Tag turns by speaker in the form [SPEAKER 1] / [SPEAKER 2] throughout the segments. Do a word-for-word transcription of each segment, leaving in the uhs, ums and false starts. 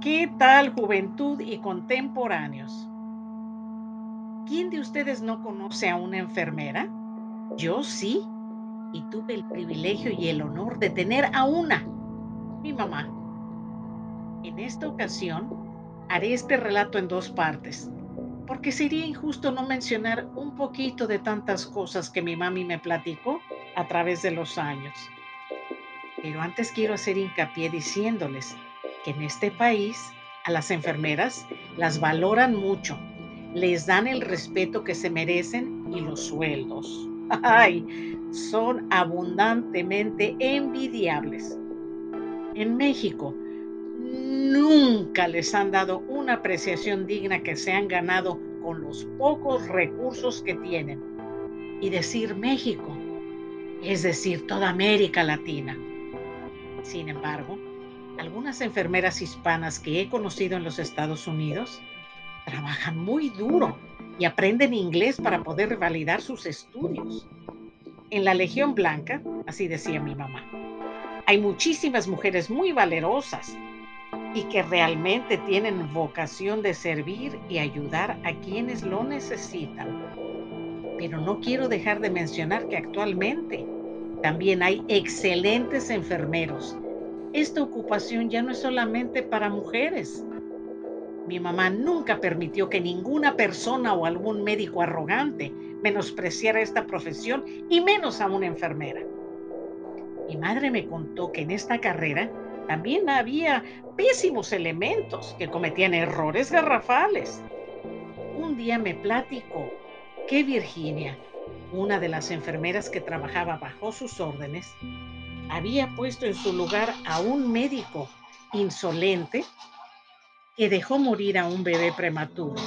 [SPEAKER 1] ¿Qué tal, juventud y contemporáneos? ¿Quién de ustedes no conoce a una enfermera? Yo sí, y tuve el privilegio y el honor de tener a una, mi mamá. En esta ocasión haré este relato en dos partes, porque sería injusto no mencionar un poquito de tantas cosas que mi mami me platicó a través de los años. Pero antes quiero hacer hincapié diciéndoles que en este país a las enfermeras las valoran mucho, les dan el respeto que se merecen y los sueldos. Ay, son abundantemente envidiables. En México nunca les han dado una apreciación digna que se han ganado con los pocos recursos que tienen. Y decir México es decir toda América Latina. Sin embargo, algunas enfermeras hispanas que he conocido en los Estados Unidos trabajan muy duro y aprenden inglés para poder validar sus estudios. En la Legión Blanca, así decía mi mamá, hay muchísimas mujeres muy valerosas y que realmente tienen vocación de servir y ayudar a quienes lo necesitan. Pero no quiero dejar de mencionar que actualmente también hay excelentes enfermeros. Esta ocupación ya no es solamente para mujeres. Mi mamá nunca permitió que ninguna persona o algún médico arrogante menospreciara esta profesión y menos a una enfermera. Mi madre me contó que en esta carrera también había pésimos elementos que cometían errores garrafales. Un día me platicó que Virginia, una de las enfermeras que trabajaba bajo sus órdenes, había puesto en su lugar a un médico insolente que dejó morir a un bebé prematuro.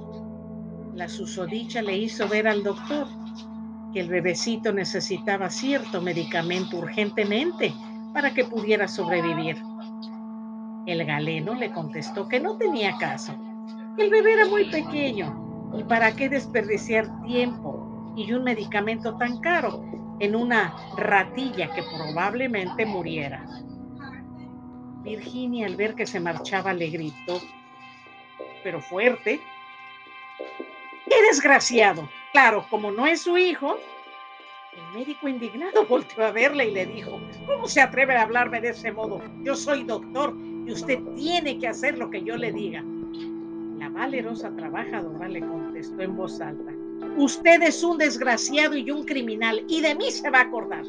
[SPEAKER 1] La susodicha le hizo ver al doctor que el bebecito necesitaba cierto medicamento urgentemente para que pudiera sobrevivir. El galeno le contestó que no tenía caso, que el bebé era muy pequeño y para qué desperdiciar tiempo y un medicamento tan caro en una ratilla que probablemente muriera. Virginia, al ver que se marchaba, le gritó, pero fuerte: ¡qué desgraciado! Claro, como no es su hijo. El médico indignado volteó a verla y le dijo: ¿cómo se atreve a hablarme de ese modo? Yo soy doctor y usted tiene que hacer lo que yo le diga. La valerosa trabajadora le contestó en voz alta: usted es un desgraciado y un criminal y de mí se va a acordar.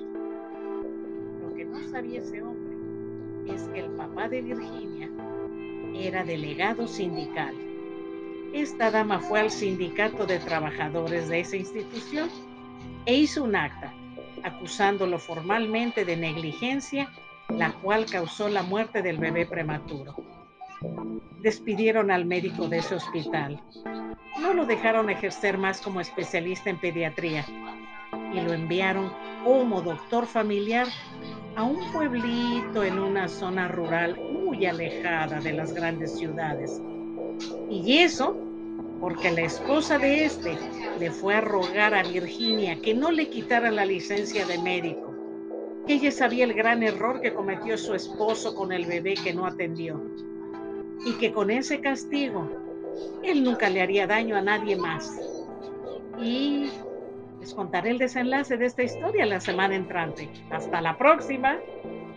[SPEAKER 1] Lo que no sabía ese hombre es que el papá de Virginia era delegado sindical. Esta dama fue al sindicato de trabajadores de esa institución e hizo un acta acusándolo formalmente de negligencia, la cual causó la muerte del bebé prematuro. Despidieron al médico de ese hospital. No lo dejaron ejercer más como especialista en pediatría y lo enviaron como doctor familiar a un pueblito en una zona rural muy alejada de las grandes ciudades. Y eso porque la esposa de este le fue a rogar a Virginia que no le quitara la licencia de médico, que ella sabía el gran error que cometió su esposo con el bebé que no atendió y que con ese castigo él nunca le haría daño a nadie más. Y les contaré el desenlace de esta historia la semana entrante. Hasta la próxima.